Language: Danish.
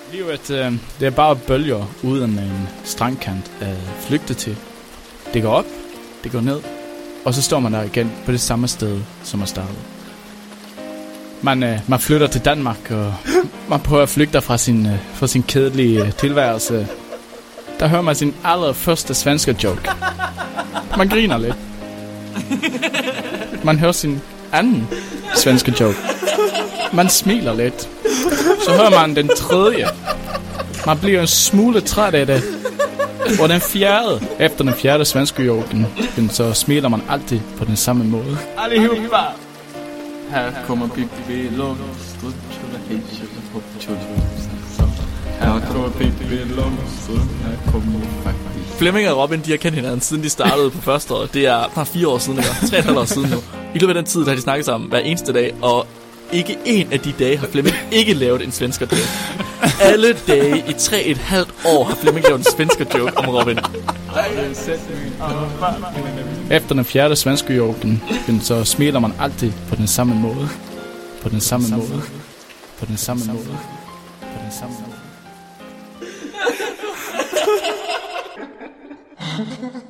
Livet, det er bare bølger uden en strandkant at flygte til. Det går op, det går ned, og så står man der igen på det samme sted, som man startede. Man flytter til Danmark, og man prøver at flygte fra sin kedelige tilværelse. Der hører man sin allerførste svenske joke. Man griner lidt. Man hører sin anden svenske joke. Man smiler lidt. Så hører man den tredje. Man bliver en smule træt af det. Og den fjerde, efter den fjerde svenske joken, så smiler man altid på den samme måde. Allihopa! Her kommer Pippi Långstrump. Her kommer Pippi Långstrump. Her kommer faktisk. Flemming og Robin, de har kendt hinanden siden de startede på første år. Det er snart 4 år siden, eller 3,5 år siden nu. I løbet af den tid, der har de snakket sammen hver eneste dag, og ikke en af de dage har Flemming ikke lavet en svensker joke. Alle dage i 3,5 år har Flemming lavet en svensker joke om Robin. Efter den fjerde svenske joken, så smiler man altid på den samme måde. På den samme måde. På den samme måde. På den samme måde.